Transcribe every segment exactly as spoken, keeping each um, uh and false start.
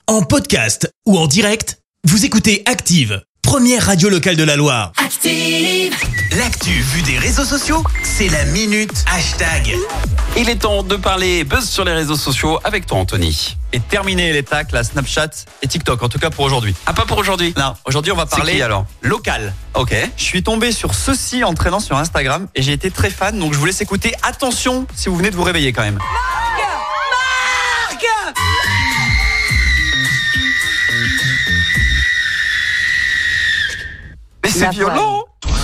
En podcast ou en direct, vous écoutez Active, première radio locale de la Loire. Active! L'actu vue des réseaux sociaux, c'est la minute hashtag. Il est temps de parler buzz sur les réseaux sociaux avec toi, Anthony. Et terminer les tacles à Snapchat et TikTok, en tout cas pour aujourd'hui. Ah, pas pour aujourd'hui? Non, aujourd'hui on va parler C'est qui, alors local. Ok. Je suis tombé sur ceci en traînant sur Instagram et j'ai été très fan, donc je vous laisse écouter. Attention si vous venez de vous réveiller quand même. Marc Marc Mais c'est violent.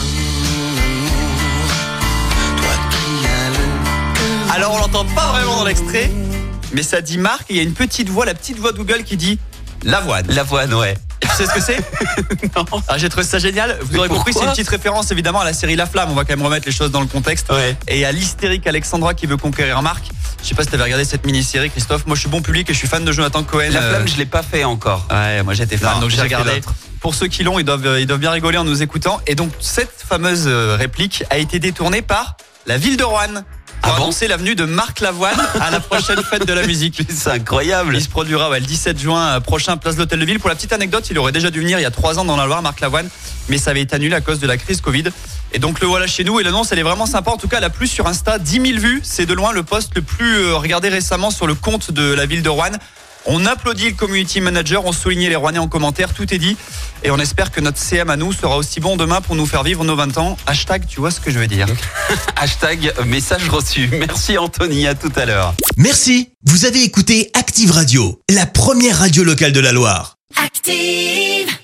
Alors on l'entend pas vraiment dans l'extrait, mais ça dit Marc et il y a une petite voix, la petite voix de Google qui dit l'avoine. L'avoine, ouais. Et tu sais ce que c'est? Non. Alors j'ai trouvé ça génial. Vous Mais aurez compris, c'est pourquoi une petite référence évidemment à la série La Flamme. On va quand même remettre les choses dans le contexte. Ouais. Et à l'hystérique Alexandra qui veut conquérir Marc. Je sais pas si t'avais regardé cette mini-série, Christophe. Moi je suis bon public et je suis fan de Jonathan Cohen. La Flamme, Euh, je l'ai pas fait encore. Ouais, moi j'étais fan, Non, donc j'ai j'ai regardé. fait d'autres. Pour ceux qui l'ont, ils doivent, ils doivent bien rigoler en nous écoutant. Et donc cette fameuse euh, réplique a été détournée par la ville de Roanne pour Ah bon annoncer la venue de Marc Lavoine à la prochaine fête de la musique. C'est incroyable. Il se produira ouais, le dix-sept juin prochain, place de l'Hôtel de Ville. Pour la petite anecdote, il aurait déjà dû venir il y a trois ans dans la Loire, Marc Lavoine, mais ça avait été annulé à cause de la crise Covid. Et donc le voilà chez nous et l'annonce elle est vraiment sympa. En tout cas, elle a plu sur Insta, dix mille vues. C'est de loin le post le plus euh, regardé récemment sur le compte de la ville de Roanne. On applaudit le community manager, on soulignait les Rouennais en commentaire, tout est dit. Et on espère que notre C M à nous sera aussi bon demain pour nous faire vivre nos vingt ans. Hashtag, tu vois ce que je veux dire. Hashtag message reçu. Merci, Anthony. À tout à l'heure. Merci, vous avez écouté Active Radio, la première radio locale de la Loire. Active!